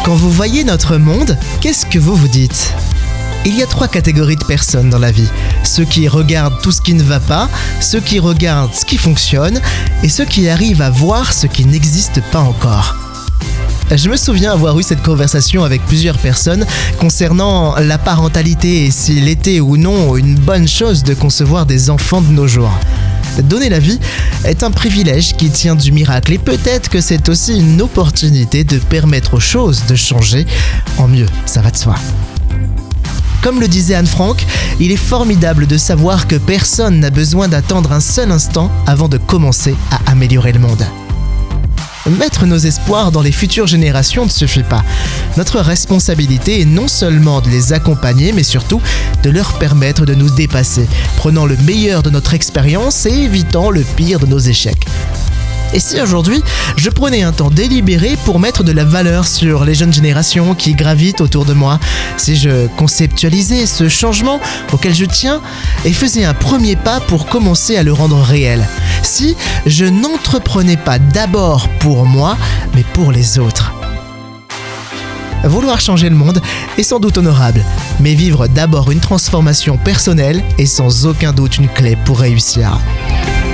Quand vous voyez notre monde, qu'est-ce que vous vous dites ? Il y a 3 catégories de personnes dans la vie. Ceux qui regardent tout ce qui ne va pas, ceux qui regardent ce qui fonctionne et ceux qui arrivent à voir ce qui n'existe pas encore. Je me souviens avoir eu cette conversation avec plusieurs personnes concernant la parentalité et s'il était ou non une bonne chose de concevoir des enfants de nos jours. Donner la vie est un privilège qui tient du miracle et peut-être que c'est aussi une opportunité de permettre aux choses de changer en mieux, ça va de soi. Comme le disait Anne Frank, il est formidable de savoir que personne n'a besoin d'attendre un seul instant avant de commencer à améliorer le monde. Mettre nos espoirs dans les futures générations ne suffit pas. Notre responsabilité est non seulement de les accompagner, mais surtout de leur permettre de nous dépasser, prenant le meilleur de notre expérience et évitant le pire de nos échecs. Et si aujourd'hui, je prenais un temps délibéré pour mettre de la valeur sur les jeunes générations qui gravitent autour de moi, si je conceptualisais ce changement auquel je tiens et faisais un premier pas pour commencer à le rendre réel, si je n'entreprenais pas d'abord pour moi, mais pour les autres. Vouloir changer le monde est sans doute honorable, mais vivre d'abord une transformation personnelle est sans aucun doute une clé pour réussir.